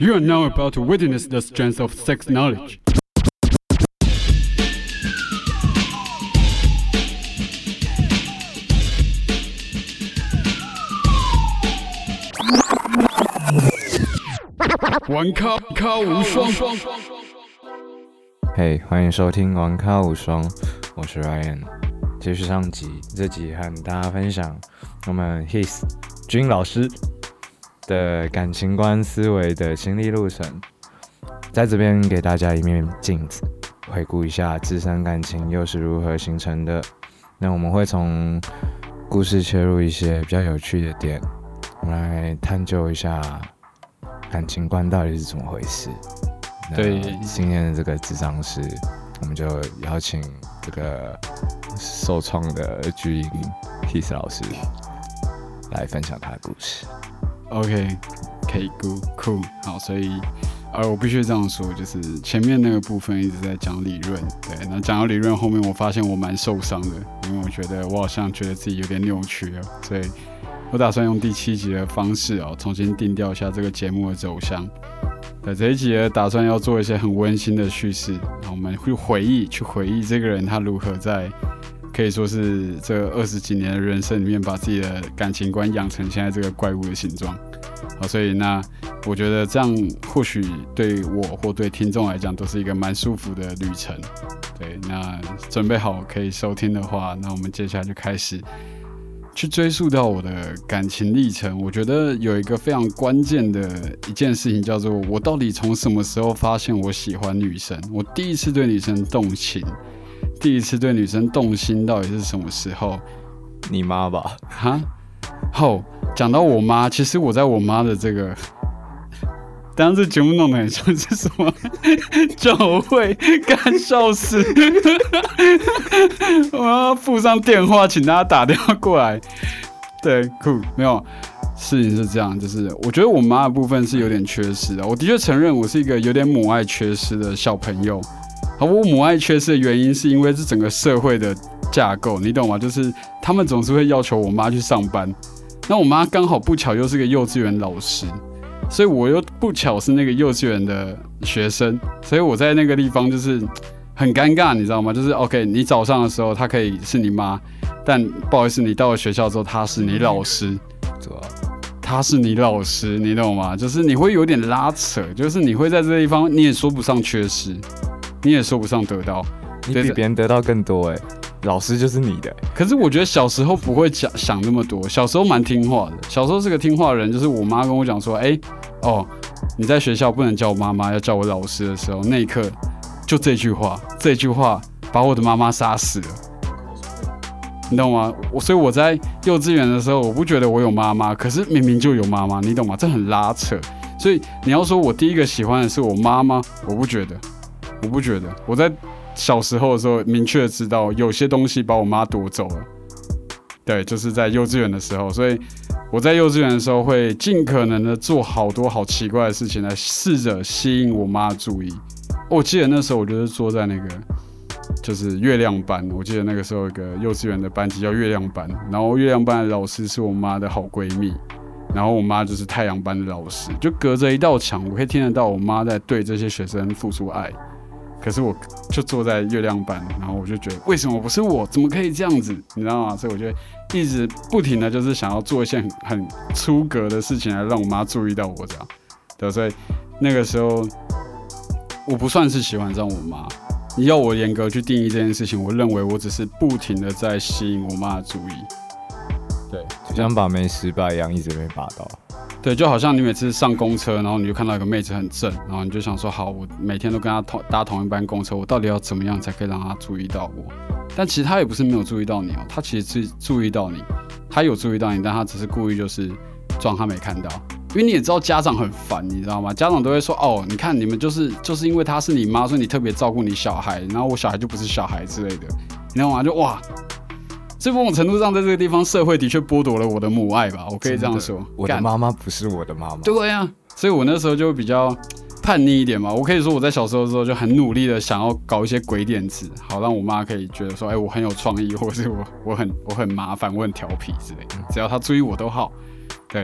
You are now about to witness the strength of sex knowledge. 玩咖无双。 嘿，欢迎收听玩咖无双，我是 Ryan。继续上集，这集和大家分享我们 His 君老师的感情观思维的心历路程，在这边给大家一面镜子，回顾一下自身感情又是如何形成的。那我们会从故事切入一些比较有趣的点，我们来探究一下感情观到底是怎么回事。 对， 今天的这个諮商师，我们就邀请这个受创的巨婴 His 老师来分享他的故事。 OK， 可以 cool， 好，所以我必须这样说，就是前面那个部分一直在讲理论，对，那讲到理论后面，我发现我蛮受伤的，因为我觉得我好像觉得自己有点扭曲了，所以我打算用第7集的方式重新定调一下这个节目的走向。对，这一集打算要做一些很温馨的叙事，我们会去回忆这个人他如何在可以说是这20几年的人生里面，把自己的感情观养成现在这个怪物的形状。好，所以那我觉得这样或许对我或对听众来讲都是一个蛮舒服的旅程。对，那准备好可以收听的话，那我们接下来就开始去追溯到我的感情历程。我觉得有一个非常关键的一件事情，叫做我到底从什么时候发现我喜欢女生？我第一次对女生动情，第一次对女生动心到底是什么时候？ 你妈吧？ 哈，好，讲到我妈，其实我在我妈的这个，当然这节目弄得很像是什么教会，干笑死！我要附上电话，请大家打电话过来。对，酷，没有。事情是这样，就是我觉得我妈的部分是有点缺失的。我的确承认我是一个有点母爱缺失的小朋友。好，我母爱缺失的原因是因为这整个社会的架构，你懂吗？就是他们总是会要求我妈去上班，那我妈刚好不巧又是个幼稚园老师，所以我又不巧是那个幼稚园的学生，所以我在那个地方就是很尴尬，你知道吗？就是 OK， 你早上的时候她可以是你妈，但不好意思，你到了学校之后她是你老师。他是你老师，你懂吗？就是你会有点拉扯，就是你会在这个地方，你也说不上缺失，你也说不上得到， 你比别人得到更多老师就是你的可是我觉得小时候不会想那么多，小时候蛮听话的，小时候是个听话的人。就是我妈跟我讲说，你在学校不能叫我妈妈，要叫我老师的时候，那一刻就这句话把我的妈妈杀死了。你懂吗？所以我在幼稚园的时候，我不觉得我有妈妈，可是明明就有妈妈，你懂吗？这很拉扯。所以你要说我第一个喜欢的是我妈吗？我不觉得。我在小时候的时候，明确的知道有些东西把我妈夺走了。对，就是在幼稚园的时候，所以我在幼稚园的时候会尽可能的做好多好奇怪的事情，来试着吸引我妈的注意。我记得那时候我就是坐在那个。就是月亮班，我记得那个时候有一个幼稚园的班级叫月亮班，然后月亮班的老师是我妈的好闺蜜，然后我妈就是太阳班的老师，就隔着一道墙，我可以听得到我妈在对这些学生付出爱，可是我就坐在月亮班，然后我就觉得为什么不是我，怎么可以这样子，你知道吗？所以我就一直不停的就是想要做一些很出格的事情来让我妈注意到我这样，对，所以那个时候我不算是喜欢上我妈。你要我严格去定义这件事情，我认为我只是不停的在吸引我妈的注意。对， 就像把妹失败一样，一直被把到。 对，就好像你每次上公车，然后你就看到一个妹子很正，然后你就想说，好，我每天都跟她搭同一班公车，我到底要怎么样才可以让她注意到我？但其实她也不是没有注意到你她其实是注意到你，她有注意到你，但她只是故意就是装她没看到。因为你也知道家长很烦，你知道吗？家长都会说，你看你们就是因为她是你妈，所以你特别照顾你小孩，然后我小孩就不是小孩之类的，你知道吗？就哇，这某种程度上在这个地方社会的确剥夺了我的母爱吧，我可以这样说。 我的妈妈不是我的妈妈。 对啊，所以我那时候就比较叛逆一点嘛。我可以说我在小时候的时候就很努力的想要搞一些鬼点子，好让我妈可以觉得说，我很有创意，或者是我很麻烦，我很调皮之类的，只要她注意我都好。对。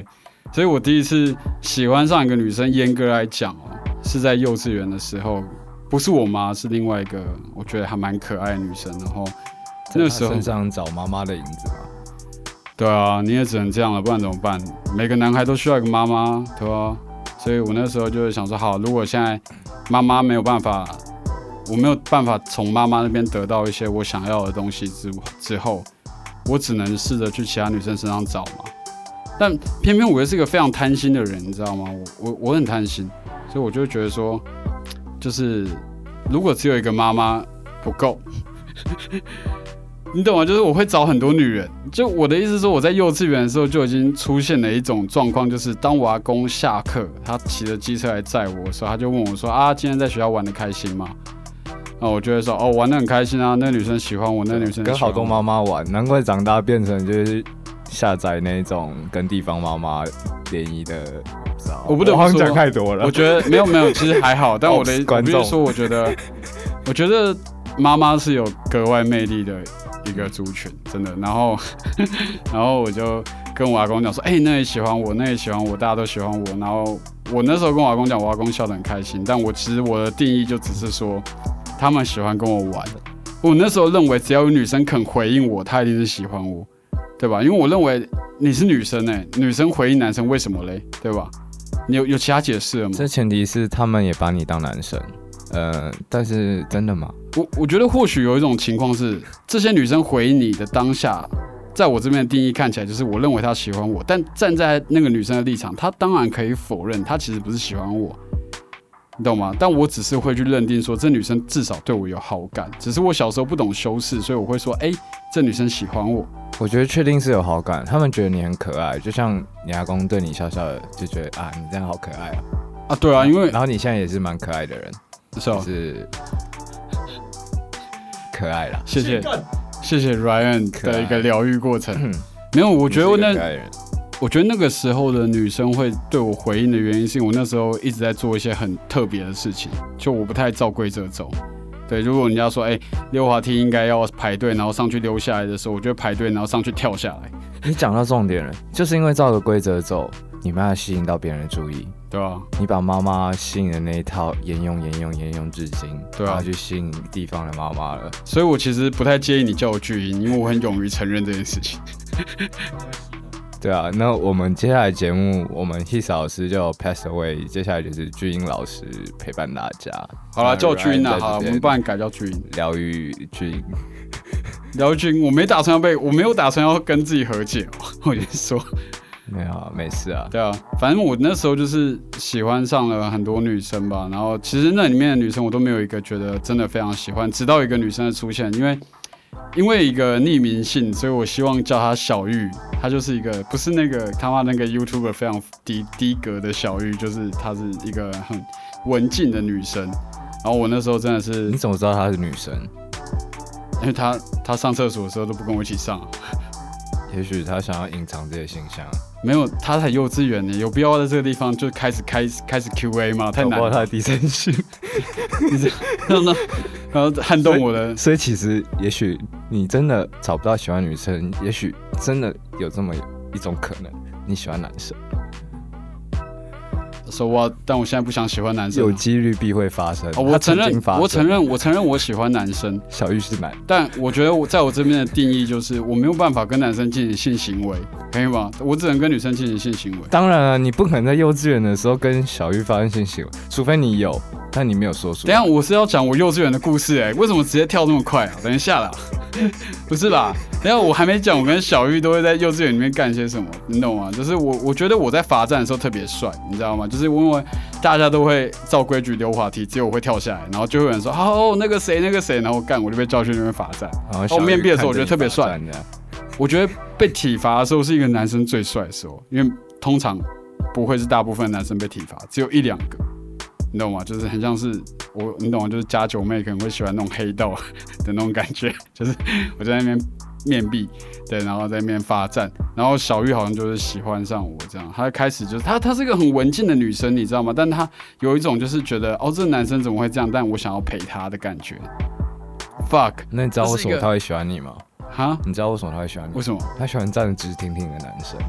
所以我第一次喜欢上一个女生，严格来讲是在幼稚园的时候，不是我妈，是另外一个我觉得还蛮可爱的女生。然后那个时候身上找妈妈的影子嘛。 对啊，你也只能这样了，不然怎么办？每个男孩都需要一个妈妈，对吧？所以我那时候就想说，好，如果现在妈妈没有办法，我没有办法从妈妈那边得到一些我想要的东西之后，我只能试着去其他女生身上找嘛。但偏偏我又是一个非常贪心的人，你知道吗？我很贪心，所以我就会觉得说，就是如果只有一个妈妈不够。你懂吗？就是我会找很多女人。就我的意思是说，我在幼稚园的时候就已经出现了一种状况，就是当我阿公下课，他骑着机车来载我的时候，他就问我说：“啊，今天在学校玩得开心吗？”那我就会说：“哦，玩得很开心啊，那个女生喜欢我，那个女生跟好多妈妈玩，难怪长大变成就是下载那种跟地方妈妈联谊的。” 我不得不说， 讲太多了。 我觉得没有，其实还好。但我的我必须说，我觉得妈妈是有格外魅力的一个族群，真的。然后我就跟我阿公讲说，那也喜欢我，那也喜欢我，大家都喜欢我。然后我那时候跟我阿公讲，我阿公笑得很开心。但其实我的定义就只是说，他们喜欢跟我玩。我那时候认为，只要有女生肯回应我，她一定是喜欢我，对吧？因为我认为你是女生女生回应男生为什么嘞，对吧？你有其他解释了吗？ 这前提是他们也把你当男生。但是真的吗？ 我觉得或许有一种情况是，这些女生回应你的当下，在我这边的定义看起来就是我认为她喜欢我，但站在那个女生的立场，她当然可以否认她其实不是喜欢我，你懂吗？但我只是会去认定说，这女生至少对我有好感，只是我小时候不懂修饰，所以我会说，这女生喜欢我。 我觉得确定是有好感，他们觉得你很可爱，就像你阿公对你笑笑的，就觉得啊，你这样好可爱啊。 啊，对啊，因为然后你现在也是蛮可爱的人。 就是可爱啦， 谢谢 Ryan 的一个疗愈过程。没有，我觉得那个时候的女生会对我回应的原因，是因为我那时候一直在做一些很特别的事情，就我不太照规则走。对，如果人家说，溜滑梯应该要排队，然后上去溜下来的时候，我就会排队，然后上去跳下来。 你讲到重点了，就是因为照着规则走，你没办法吸引到别人的注意。 对啊， 你把妈妈吸引的那一套沿用至今， 对啊， 然后去吸引地方的妈妈了。 所以我其实不太介意你叫我巨婴，因为我很勇于承认这件事情。 对啊，那我们接下来节目，我们 His 老师就 pass away， 接下来就是巨婴老师陪伴大家。 好了，叫我巨婴啦，好了，我们不然改叫巨婴。 疗愈巨婴， 疗愈巨婴，我没有打算要跟自己和解，我跟你说。 没有啊，没事啊。 对啊，反正我那时候就是喜欢上了很多女生吧，然后其实那里面的女生我都没有一个觉得真的非常喜欢，直到一个女生的出现，因为一个匿名性，所以我希望叫她小玉，她就是一个不是那个他妈那个 YouTuber 非常低格的小玉，就是她是一个很文静的女生，然后我那时候真的是， 你怎么知道她是女生？ 因为她上厕所的时候都不跟我一起上啊。 也许她想要隐藏这些形象。 没有，他才幼稚园呢，有必要在这个地方就开始 QA 吗？太难了。 他的第三性， 然后撼动我的。 所以其实，也许你真的找不到喜欢女生，也许真的有这么一种可能，你喜欢男生。 但我现在不想喜欢男生。 有几率必会发生。 我承认我喜欢男生。 小玉是男， 但我觉得在我这边的定义就是，我没有办法跟男生进行性行为，可以吗？我只能跟女生进行性行为。 当然了，你不可能在幼稚园的时候跟小玉发生性行为，除非你有，但你没有说出来。 等一下，我是要讲我幼稚园的故事为什么直接跳这么快啊？等一下啦，不是吧？等一下我还没讲，我跟小玉都会在幼稚园里面干些什么，你懂吗？就是我觉得我在罚站的时候特别帅，你知道吗？就是因为大家都会照规矩溜滑梯，只有我会跳下来，然后就会有人说那个谁，然后我就被叫去那边罚站。然后面壁的时候我觉得特别帅。我觉得被体罚的时候是一个男生最帅的时候，因为通常不会是大部分男生被体罚，只有1-2个，你懂吗？就是很像是你懂吗？就是家九妹可能会喜欢那种黑道的那种感觉，就是我在那边面壁，对，然后在那边罚站，然后小玉好像就是喜欢上我这样，她开始就是她是一个很文静的女生，你知道吗？但她有一种就是觉得这个男生怎么会这样，但我想要陪他的感觉。fuck， 那你知道为什么他会喜欢你吗？ 哈？ 你知道为什么他会喜欢你？ 为什么？ 他喜欢站得直挺挺的男生。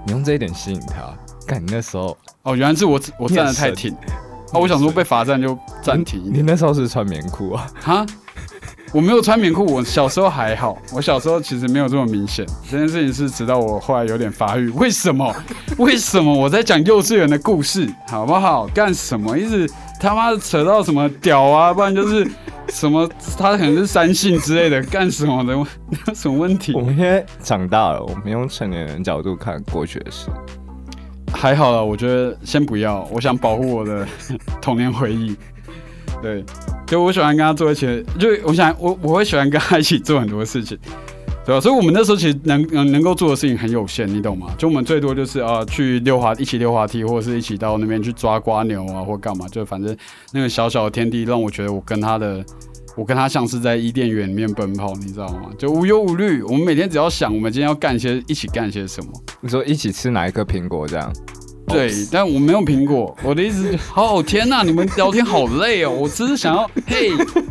你用这一点吸引他。干，你那时候哦，原来是我站得太挺，我想说被罚站就暂停一点。 你那时候是穿棉裤啊？ 哈，我没有穿棉裤，我小时候还好，我小时候其实没有这么明显。这件事情是直到我后来有点发育，为什么？为什么我在讲幼稚园的故事，好不好？干什么？一直他妈的扯到什么屌啊，不然就是什么他可能是三性之类的，干什么的？有什么问题？ 我们现在长大了，我们用成年人角度看过去的事。 还好了，我觉得先不要，我想保护我的童年回忆。对，就我喜欢跟他做一起，就我会喜欢跟他一起做很多事情，对吧？所以我们那时候其实能够做的事情很有限，你懂吗？就我们最多就是去一起溜滑梯，或者是一起到那边去抓蝸牛啊，或干嘛，就反正那个小小的天地让我觉得我跟他像是在伊甸园里面奔跑，你知道吗？就无忧无虑。我们每天只要想，我们今天要一起干些什么。 你说一起吃哪一颗苹果这样？ 对，但我没有苹果。我的意思是，天哪，你们聊天好累哦。我只是想要，嘿，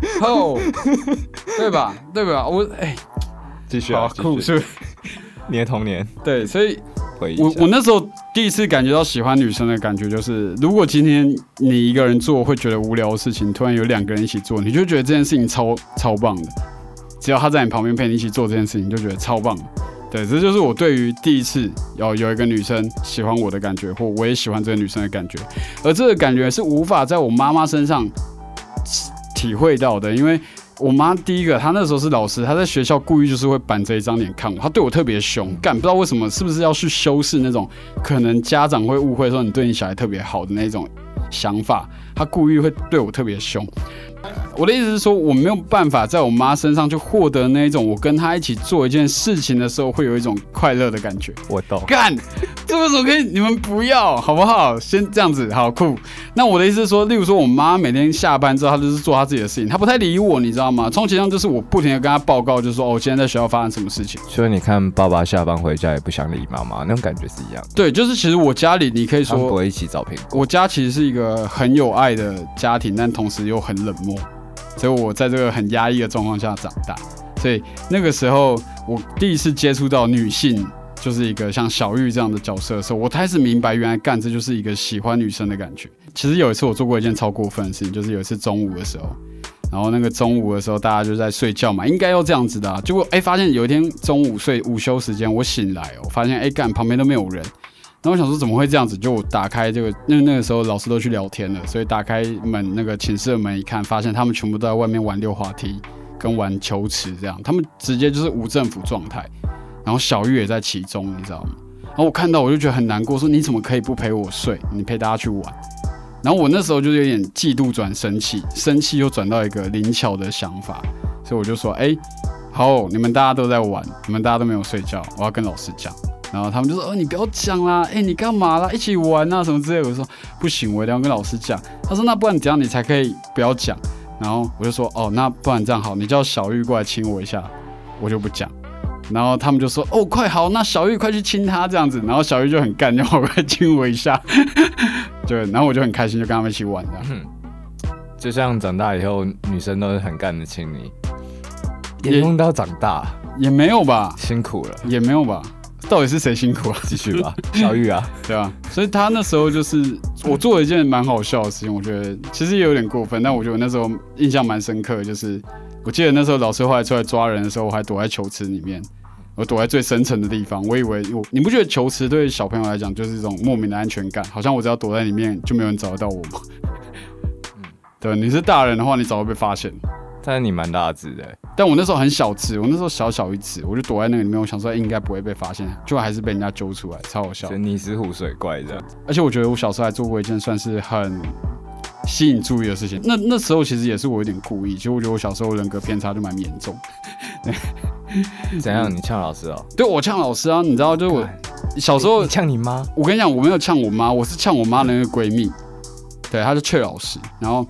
对吧？ 继续啊， 酷是你的童年。 对，所以回忆我那时候第一次感觉到喜欢女生的感觉，就是如果今天你一个人做会觉得无聊的事情，突然有2个人一起做，你就觉得这件事情超棒的。只要他在你旁边陪你一起做这件事情，就觉得超棒的。对，这就是我对于第一次有一个女生喜欢我的感觉，或我也喜欢这个女生的感觉。而这个感觉是无法在我妈妈身上体会到的，因为我妈第一个，她那时候是老师，她在学校故意就是会板着一张脸看我，她对我特别凶，不知道为什么，是不是要去修饰那种可能家长会误会说你对你小孩特别好的那种想法，她故意会对我特别凶。我的意思是说，我没有办法在我妈身上去获得那一种我跟她一起做一件事情的时候会有一种快乐的感觉。 我懂。 干，这为什么可以？你们不要好不好？先这样子，好酷。那我的意思是说，例如说我妈每天下班之后，她就是做她自己的事情，她不太理我，你知道吗？充其量就是我不停的跟她报告，就是说今天在学校发生什么事情。 所以你看，爸爸下班回家也不想理妈妈，那种感觉是一样的。 对，就是其实我家里，你可以说不会一起找苹果。 我家其实是一个很有爱的家庭，但同时又很冷漠。所以我在这个很压抑的状况下长大，所以那个时候我第一次接触到女性，就是一个像小玉这样的角色的时候，我开始明白原来干这就是一个喜欢女生的感觉。其实有一次我做过一件超过分的事情，就是有一次中午的时候，然后那个中午的时候大家就在睡觉嘛，应该要这样子的结果发现有一天中午午休时间我醒来发现干旁边都没有人。然后我想说怎么会这样子？就我打开这个，因为那个时候老师都去聊天了，所以打开门那个寝室的门一看，发现他们全部都在外面玩溜滑梯跟玩球池这样，他们直接就是无政府状态。然后小玉也在其中，你知道吗？然后我看到我就觉得很难过，说你怎么可以不陪我睡？你陪大家去玩。然后我那时候就有点嫉妒转生气，生气又转到一个灵巧的想法，所以我就说，好，你们大家都在玩，你们大家都没有睡觉，我要跟老师讲。然后他们就说：“你不要讲啦，你干嘛啦？一起玩啊什么之类的。”我说：“不行，我一定要跟老师讲。”他说：“那不然怎样你才可以不要讲？”然后我就说：“那不然这样好，你叫小玉过来亲我一下，我就不讲。”然后他们就说：“快好，那小玉快去亲他这样子。”然后小玉就很干，就跑过来亲我一下，然后我就很开心，就跟他们一起玩这样。 就像长大以后，女生都是很干的亲你，也用到长大也没有吧？ 辛苦了也没有吧？到底是谁辛苦啊？ 继续吧，小玉啊， 对吧？所以他那时候就是我做了一件蛮好笑的事情，我觉得其实也有点过分，但我觉得我那时候印象蛮深刻的，就是我记得那时候老师后来出来抓人的时候，我还躲在球池里面，我躲在最深层的地方。我以为你不觉得球池对小朋友来讲就是一种莫名的安全感，好像我只要躲在里面就没有人找得到我吗？对，你是大人的话，你早就被发现。 但是你蛮大只的， 但我那时候很小只，我那时候小一只，我就躲在那个里面，我想说应该不会被发现，就还是被人家揪出来，超好笑。 你是湖水怪这样。 而且我觉得我小时候还做过一件算是很吸引注意的事情，那时候其实也是我有点故意，其实我觉得我小时候人格偏差就蛮严重。 怎样？你呛老师哦？ 对，我呛老师啊，你知道，就是我小时候你呛你妈？ 我跟你讲，我没有呛我妈，我是呛我妈的那个闺蜜，对，她是雀老师，然后。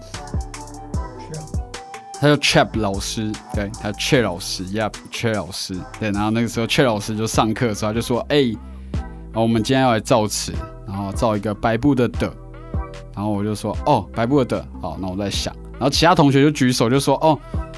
他叫 Chap 老师，对，他叫 Che 老师 ，Che 老师，对，然后那个时候 Che 老师就上课的时候，他就说，我们今天要来造词，然后造一个白布的，然后我就说，白布的，好，那我在想，然后其他同学就举手就说，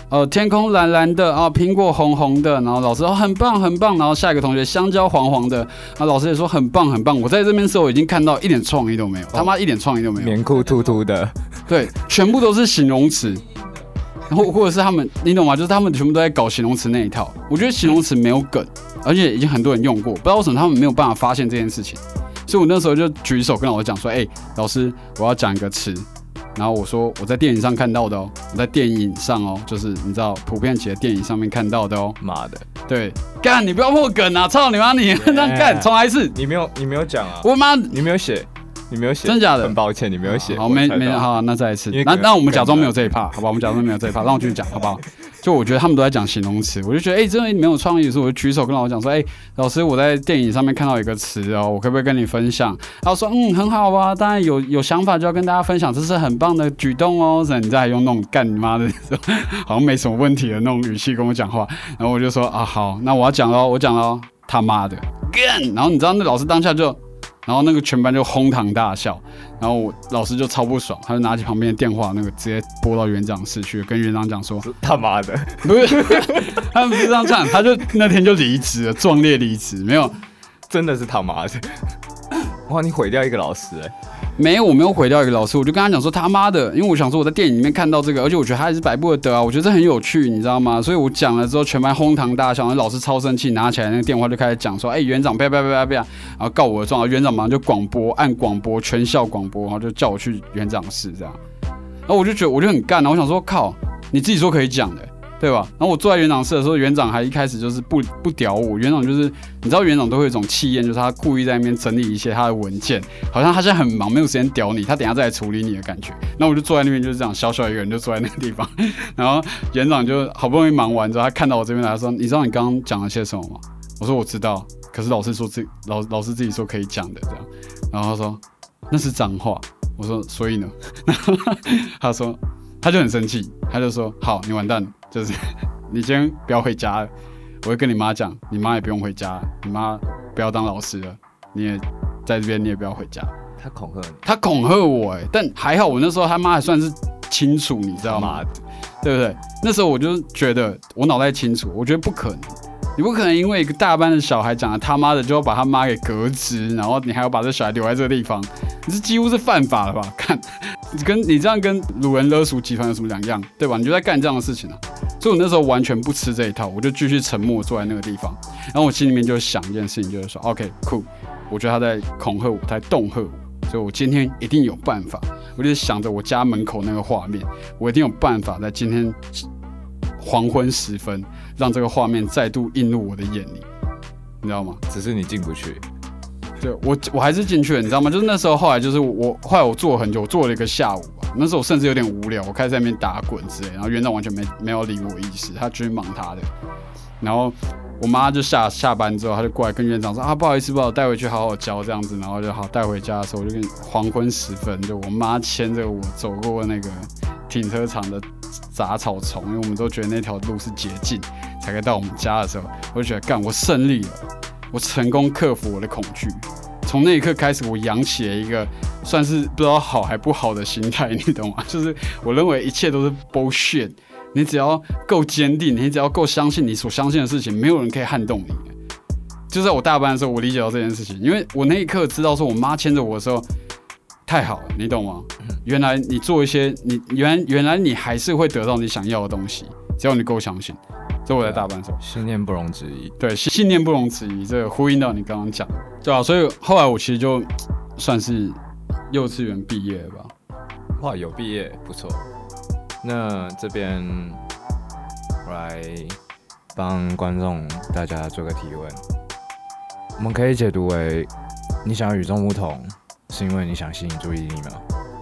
天空蓝蓝的啊，苹果红红的，然后老师很棒很棒，然后下一个同学香蕉黄黄的，啊老师也说很棒很棒。我在这边的时候已经看到一点创意都没有，他妈一点创意都没有。 棉裤突突的， 对，全部都是形容词。然后或者是他们，你懂吗？就是他们全部都在搞形容词那一套。我觉得形容词没有梗，而且已经很多人用过，不知道为什么他们没有办法发现这件事情。所以我那时候就举手跟老师讲说：“老师，我要讲一个词。”然后我说我在电影上看到的哦，我在电影上哦，就是你知道普遍级的电影上面看到的哦。 妈的， 对，干你不要破梗啊！操你妈你这样干，重来一次。 你没有讲啊？ 我妈， 你没有写。你没有写， 真假的？ 很抱歉，你没有写。 好，没好，那再一次。那我们假装没有这一趴，好吧？我们假装没有这一趴，让我继续讲，好不好？就我觉得他们都在讲形容词，我就觉得真的没有创意的时候，我就举手跟老师讲说，老师，我在电影上面看到一个词哦，我可不可以跟你分享？然后说，很好啊，当然有想法就要跟大家分享，这是很棒的举动哦。你再用那种干你妈的，好像没什么问题的那种语气跟我讲话，然后我就说好，那我要讲咯，我讲咯，他妈的干！然后你知道那老师当下就。然后那个全班就哄堂大笑，然后老师就超不爽，他就拿起旁边的电话，直接拨到园长室去，跟园长讲说：“ 他妈的， 不是，他们不是这样讲，他就那天就离职了，壮烈离职，没有， 真的是他妈的，哇，你毁掉一个老师没有，我没有毁掉一个老师，我就跟他讲说他妈的，因为我想说我在电影里面看到这个，而且我觉得他还是百不得啊，我觉得这很有趣，你知道吗？所以我讲了之后，全班哄堂大笑，老师超生气，拿起来那个电话就开始讲说，园长啪，然后告我的状，园长马上就按广播，全校广播，然后就叫我去园长室这样，然后我就觉得我就很干，然后我想说靠，你自己说可以讲的。对吧？然后我坐在园长室的时候，园长还一开始就是不屌我。园长就是你知道，园长都会有一种气焰，就是他故意在那边整理一些他的文件，好像他现在很忙，没有时间屌你，他等一下再来处理你的感觉。那我就坐在那边，就是这样小小一个人就坐在那个地方。然后园长就好不容易忙完之后，他看到我这边来说：“你知道你刚刚讲了些什么吗？”我说：“我知道。”可是老师说老师自己说可以讲的这样。然后他说：“那是脏话。”我说：“所以呢？”他说他就很生气，他就说：“好，你完蛋了。”就是你今天不要回家了，我会跟你妈讲，你妈也不用回家了，你妈不要当老师了，你也在这边，你也不要回家。 他恐吓你？ 他恐吓我但还好我那时候他妈还算是清楚，你知道吗？对不对？那时候我就觉得我脑袋清楚，我觉得不可能，你不可能因为一个大班的小孩讲了他妈的就要把他妈给革职，然后你还要把这小孩留在这个地方，你这几乎是犯法了吧？看，你这样跟掳人勒赎集团有什么两样？对吧？你就在干这样的事情啊！所以我那时候完全不吃这一套，我就继续沉默坐在那个地方，然后我心里面就想一件事情，就是说 ，OK， cool， 我觉得他在恐吓我，他在恫吓我，所以我今天一定有办法。我就想着我家门口那个画面，我一定有办法在今天黄昏时分，让这个画面再度映入我的眼里，你知道吗？ 只是你进不去。 对，我还是进去了，你知道吗？就是那时候后来就是后来我坐了很久，我坐了一个下午吧。那时候我甚至有点无聊，我开始在那边打滚之类，然后园长完全没有理我的意思，他继续忙他的。然后我妈就下班之后，她就过来跟园长说啊，不好意思，把我带回去好好教这样子，然后就好带回家的时候，我就跟黄昏时分，就我妈牵着我走过那个停车场的杂草丛，因为我们都觉得那条路是捷径，才可以到我们家的时候，我就觉得干，我胜利了。我成功克服我的恐惧，从那一刻开始，我养起了一个算是不知道好还不好的心态，你懂吗？就是我认为一切都是 bullshit， 你只要够坚定，你只要够相信你所相信的事情，没有人可以撼动你。就在我大班的时候，我理解到这件事情，因为我那一刻知道说我妈牵着我的时候，太好了，你懂吗？原来你做一些，原来你还是会得到你想要的东西，只要你够相信。这我在大班的时候， 信念不容置疑。 对，信念不容置疑，这个呼应到你刚刚讲，对啊，所以后来我其实就算是幼稚园毕业了吧。 哇，有毕业，不错。那这边我来帮观众大家做个提问，我们可以解读为你想要与众不同，是因为你想吸引注意力吗？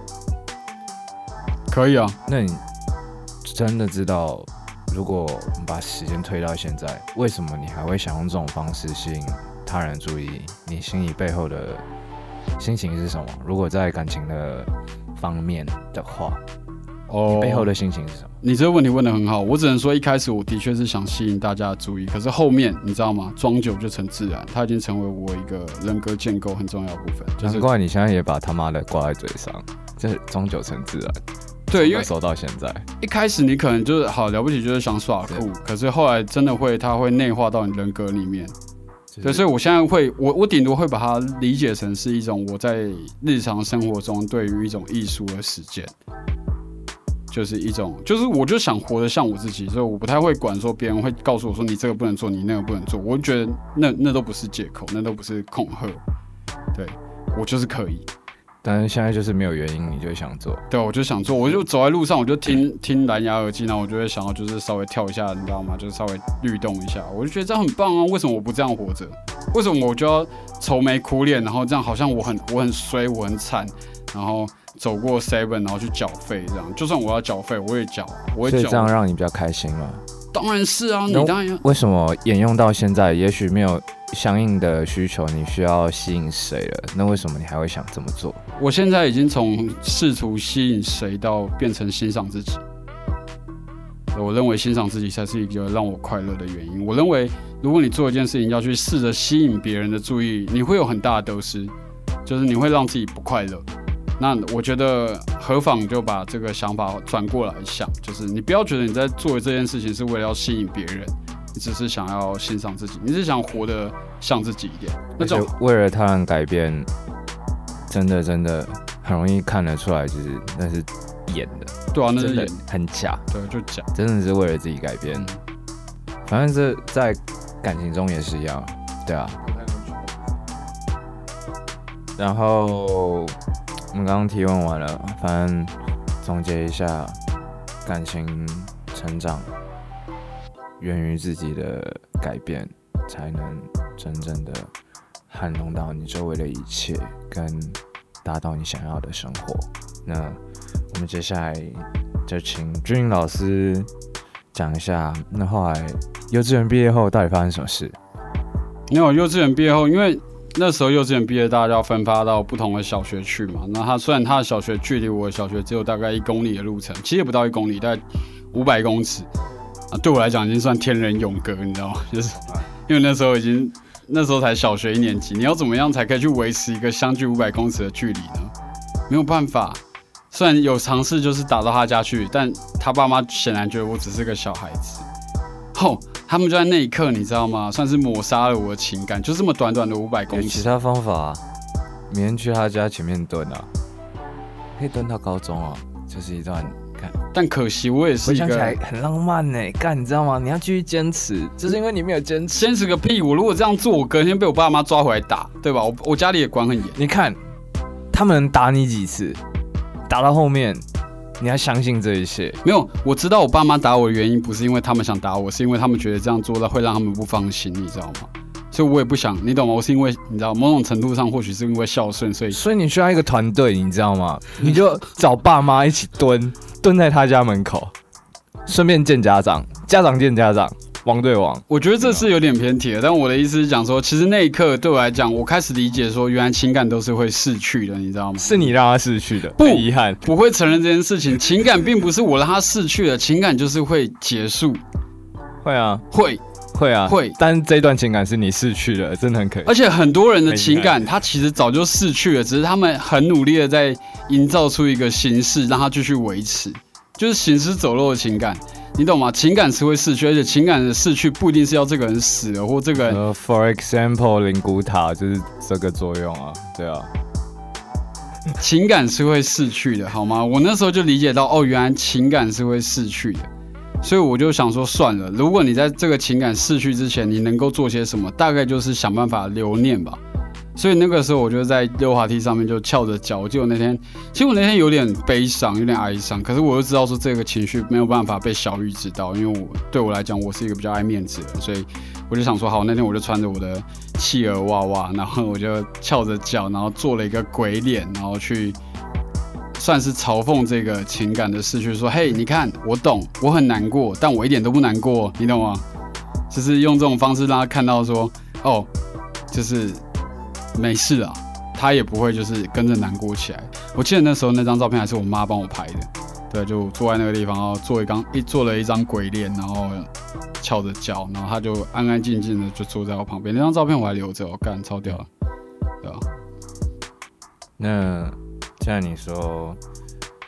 可以啊。 那你真的知道？如果我们把时间推到现在，为什么你还会想用这种方式吸引他人注意？你心里背后的心情是什么？如果在感情的方面的话，你背后的心情是什么？ 你这个问题问得很好，我只能说一开始我的确是想吸引大家的注意，可是后面你知道吗？装久就成自然，它已经成为我一个人格建构很重要的部分。就是、 难怪你现在也把他妈的挂在嘴上，这装久成自然。 对，因为走到现在， 一开始你可能就是好了不起，就是想耍酷，可是后来真的它会内化到你人格里面。对，所以我现在我顶多会把它理解成是一种我在日常生活中对于一种艺术的实践，就是一种，就是我就想活得像我自己，所以我不太会管说别人会告诉我说你这个不能做，你那个不能做，我觉得那都不是借口，那都不是恐吓，对我就是可以。 但是现在就是没有原因，你就想做。 对，我就想做，我就走在路上，我就听蓝牙耳机，然后我就会想要就是稍微跳一下，你知道吗？就是稍微律动一下，我就觉得这样很棒啊！为什么我不这样活着？为什么我就要愁眉苦脸，然后这样好像我很衰，我很惨，然后走过 7， 然后去缴费这样？就算我要缴费，我也缴，我会缴。 所以这样让你比较开心吗？ 当然是啊，你当然要。 为什么沿用到现在，也许没有相应的需求，你需要吸引谁了？那为什么你还会想这么做？ 我现在已经从试图吸引谁到变成欣赏自己。我认为欣赏自己才是一个让我快乐的原因。我认为，如果你做一件事情要去试着吸引别人的注意，你会有很大的得失，就是你会让自己不快乐。那我觉得何妨就把这个想法转过来想，就是你不要觉得你在做这件事情是为了要吸引别人，你只是想要欣赏自己，你是想活得像自己一点。那种为了他人改变，真的很容易看得出来，就是那是演的。 对啊，那是演， 很假。 对，就假， 真的是为了自己改变。反正这在感情中也是一样，对啊。然后我们刚刚提问完了，反正总结一下，感情成长源于自己的改变，才能真正的撼动到你周围的一切，跟达到你想要的生活。那我们接下来就请君老师讲一下，那后来幼稚园毕业后到底发生什么事？ 没有，幼稚园毕业后，因为那时候幼稚园毕业，大家要分发到不同的小学去嘛。那虽然他的小学距离我的小学只有大概1公里的路程，其实也不到1公里，大概500公尺啊，对我来讲已经算天人永隔，你知道吗？就是因为那时候才小学1年级，你要怎么样才可以去维持一个相距500公尺的距离呢？没有办法。虽然有尝试就是打到他家去，但他爸妈显然觉得我只是个小孩子。他们就在那一刻，你知道吗？算是抹杀了我的情感，就这么短短的500公尺。 有其他方法啊，明天去他家前面蹲啊，可以蹲到高中啊，就是一段看。 但可惜我也是一个， 回想起来很浪漫呢，干你知道吗？你要继续坚持，就是因为你没有坚持。 坚持个屁！我如果这样做，我隔天被我爸妈抓回来打，对吧？我家里也管很严。 你看，他们能打你几次？打到后面，你要相信这一切。 没有，我知道我爸妈打我的原因不是因为他们想打我，是因为他们觉得这样做会让他们不放心，你知道吗？所以我也不想，你懂吗？我是因为你知道，某种程度上或许是因为孝顺，所以你需要一个团队，你知道吗？你就找爸妈一起蹲在他家门口，顺便见家长，家长见家长。王对王， 我觉得这是有点偏题了，但我的意思是讲说，其实那一刻对我来讲，我开始理解说，原来情感都是会逝去的，你知道吗？ 是你让他逝去的， 不遗憾， 不会承认这件事情。情感并不是我让他逝去的，情感就是会结束。 会啊， 会啊， 但这段情感是你逝去的，真的很可惜。 而且很多人的情感，他其实早就逝去了，只是他们很努力的在营造出一个形式，让他继续维持，就是行尸走肉的情感。你懂吗？情感是会逝去，而且情感的逝去不一定是要这个人死了或这个人。 For example， 灵骨塔就是这个作用啊，对啊。 情感是会逝去的，好吗？我那时候就理解到，哦，原来情感是会逝去的，所以我就想说，算了，如果你在这个情感逝去之前，你能够做些什么，大概就是想办法留念吧。所以那个时候我就在溜滑梯上面就翘着脚，结果其实我那天有点悲伤，有点哀伤，可是我又知道说这个情绪没有办法被小玉知道，因为对我来讲，我是一个比较爱面子的人，所以我就想说，好，那天我就穿着我的企鹅娃娃，然后我就翘着脚，然后做了一个鬼脸，然后去算是嘲讽这个情感的逝去，说，嘿，你看，我懂，我很难过，但我一点都不难过，你懂吗？就是用这种方式让他看到说，哦，就是没事啊，他也不会就是跟着难过起来。我记得那时候那张照片还是我妈帮我拍的，对，就坐在那个地方，然后做了一张鬼脸，然后翘着脚，然后他就安安静静的就坐在我旁边。那张照片我还留着，我干超屌了，对吧？ 那现在你说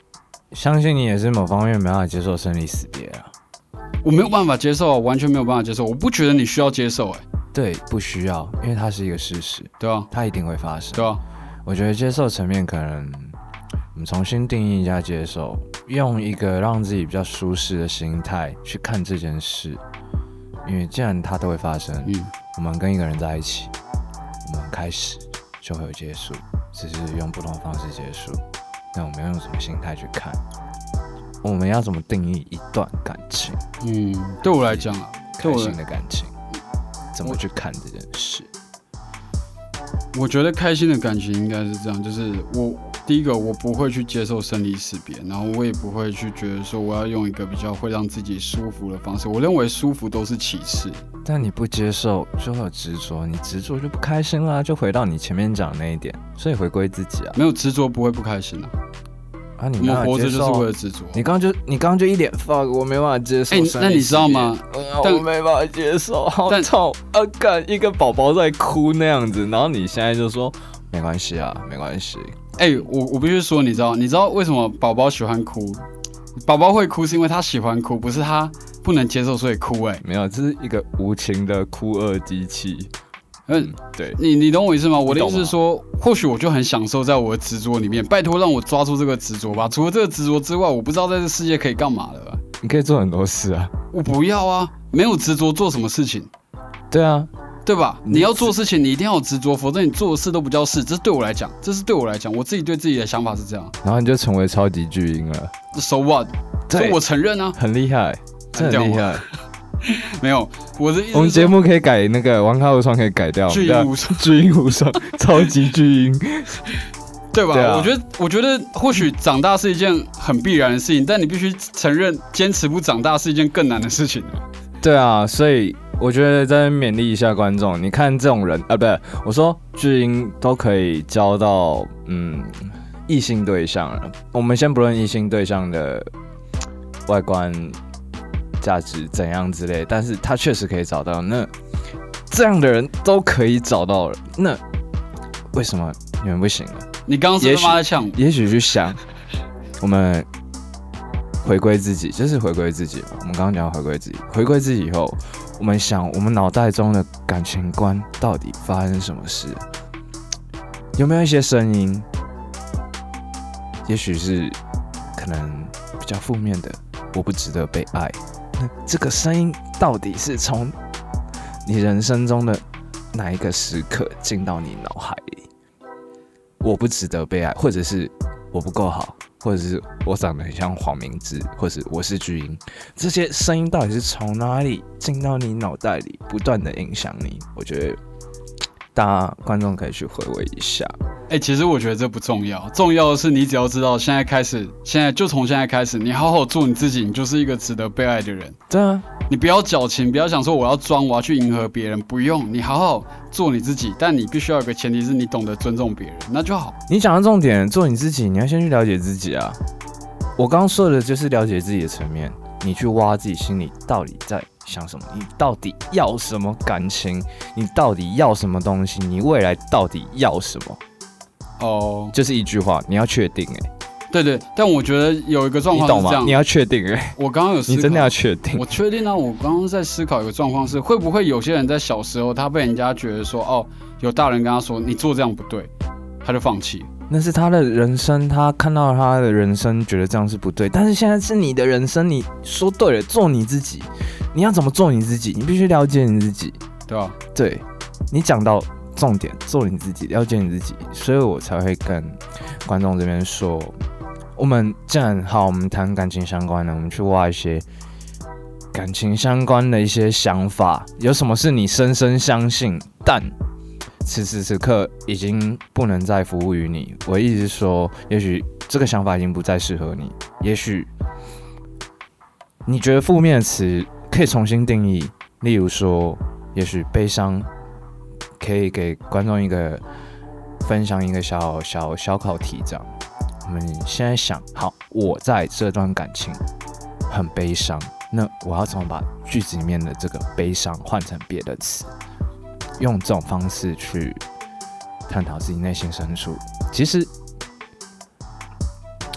相信你也是某方面没办法接受生离死别啊。 我没有办法接受啊，完全没有办法接受。我不觉得你需要接受、欸， 对，不需要，因为它是一个事实， 对啊， 它一定会发生。 对啊， 我觉得接受层面可能我们重新定义一下接受，用一个让自己比较舒适的心态去看这件事。因为既然它都会发生，我们跟一个人在一起，我们开始就会有结束，只是用不同的方式结束。那我们要用什么心态去看？我们要怎么定义一段感情？ 对我来讲啊， 开心的感情，怎么去看这件事？ 我觉得开心的感情应该是这样，就是第一个我不会去接受生离死别，然后我也不会去觉得说我要用一个比较会让自己舒服的方式。我认为舒服都是其次。 但你不接受就会有执着，你执着就不开心啦，就回到你前面讲的那一点，所以回归自己啊。 没有执着不会不开心啊。 你我们活着就是为了执着。 你刚刚就一脸 fuck， 我没办法接受。 那你知道吗？ 我没办法接受，好痛！干一个宝宝在哭那样子，然后你现在就说没关系啊，没关系。 我必须说，你知道为什么宝宝喜欢哭？宝宝会哭是因为他喜欢哭，不是他不能接受所以哭。 没有，这是一个无情的哭二机器。对， 你懂我意思吗？我的意思是说，或许我就很享受在我的执着里面，拜托让我抓住这个执着吧。除了这个执着之外，我不知道在这世界可以干嘛了。 你可以做很多事啊。 我不要啊，没有执着做什么事情？ 对啊， 对吧？你要做事情，你一定要有执着，否则你做的事都不叫事。这是对我来讲，我自己对自己的想法是这样。 然后你就成为超级巨婴了。 So what？ 所以我承认啊， 很厉害，真的很厉害。 没有，我的意思， 我们节目可以改那个王卡无双可以改掉， 巨婴无双， 巨婴无双，超级巨婴， 对吧？对啊，我觉得或许长大是一件很必然的事情，但你必须承认，坚持不长大是一件更难的事情。 对啊，所以我觉得再勉励一下观众，你看这种人啊，不是我说巨婴都可以交到异性对象了。我们先不论异性对象的外观价值怎样之类，但是他确实可以找到。那这样的人都可以找到了，那为什么你们不行呢？ 你刚刚是他妈在呛我？ 也许去想，我们回归自己，就是回归自己嘛。我们刚刚讲回归自己，回归自己以后，我们想我们脑袋中的感情观到底发生什么事？有没有一些声音？也许是可能比较负面的，我不值得被爱。那这个声音到底是从你人生中的哪一个时刻进到你脑海里？我不值得被爱，或者是我不够好，或者是我长得很像黄明志，或者是我是巨婴，这些声音到底是从哪里进到你脑袋里，不断的影响你？我觉得大家观众可以去回味一下。 其实我觉得这不重要，重要的是你只要知道，现在就从现在开始，你好好做你自己，你就是一个值得被爱的人。 对啊， 你不要矫情，不要想说我要装，我要去迎合别人，不用，你好好做你自己。但你必须要有个前提是你懂得尊重别人，那就好。 你讲的重点，做你自己，你要先去了解自己啊。我刚刚说的就是了解自己的层面，你去挖自己心里到底在想什么，你到底要什么感情，你到底要什么东西，你未来到底要什么。就是一句话，你要确定对，但我觉得有一个状况是这样， 你懂吗？你要确定我刚刚有思考， 你真的要确定。 我确定啊，我刚刚在思考一个状况是，会不会有些人在小时候他被人家觉得说，有大人跟他说你做这样不对，他就放弃。 那是他的人生，他看到他的人生，觉得这样是不对。但是现在是你的人生，你说对了，做你自己。你要怎么做你自己？你必须了解你自己， 对吧？ 对，你讲到重点，做你自己，了解你自己，所以我才会跟观众这边说，我们既然好，我们谈感情相关的，我们去挖一些感情相关的一些想法，有什么是你深深相信，但此时此刻已经不能再服务于你。我的意思是说，也许这个想法已经不再适合你，也许你觉得负面的词可以重新定义，例如说，也许悲伤可以给观众一个分享一个小考题，这样。我们现在想，好，我在这段感情很悲伤，那我要怎么把句子里面的这个悲伤换成别的词？用这种方式去探讨自己内心深处。其实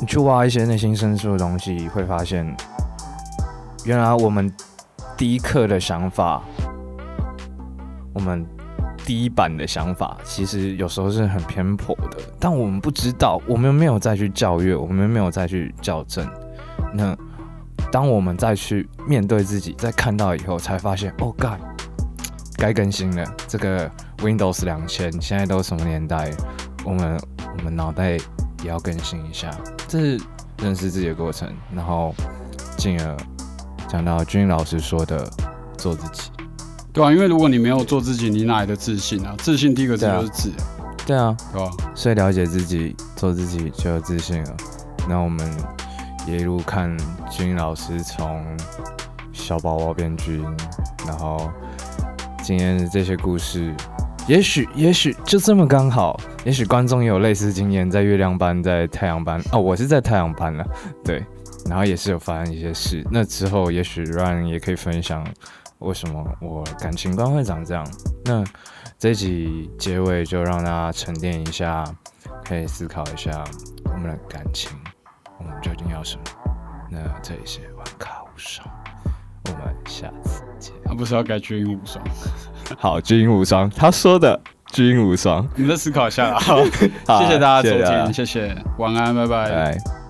你去挖一些内心深处的东西，会发现，原来我们第一课的想法，我们第一版的想法，其实有时候是很偏颇的，但我们不知道，我们没有再去校阅，我们没有再去校正。那当我们再去面对自己，再看到以后，才发现，哦 God， 该更新了。这个 Windows 2000现在都什么年代？我们脑袋也要更新一下，这是认识自己的过程。然后进而讲到君老师说的，做自己。 对啊，因为如果你没有做自己，你哪来的自信啊？自信第一个字就是自， 对啊， 对吧？ 所以了解自己，做自己就有自信了。那我们也一路看君老师从小宝宝变君，然后今天的这些故事，也许就这么刚好，也许观众也有类似经验，在月亮班，在太阳班哦，我是在太阳班了，对，然后也是有发生一些事。那之后也许 Ryan 也可以分享为什么我感情观会长这样。那这一集结尾就让大家沉淀一下，可以思考一下我们的感情，我们究竟要什么？那这里是玩咖无双，我们下次见。 他不是要改巨婴无双？ 好，巨婴无双，他说的巨婴无双， 你们再思考一下啦。好，谢谢大家收听，谢谢，晚安，拜拜。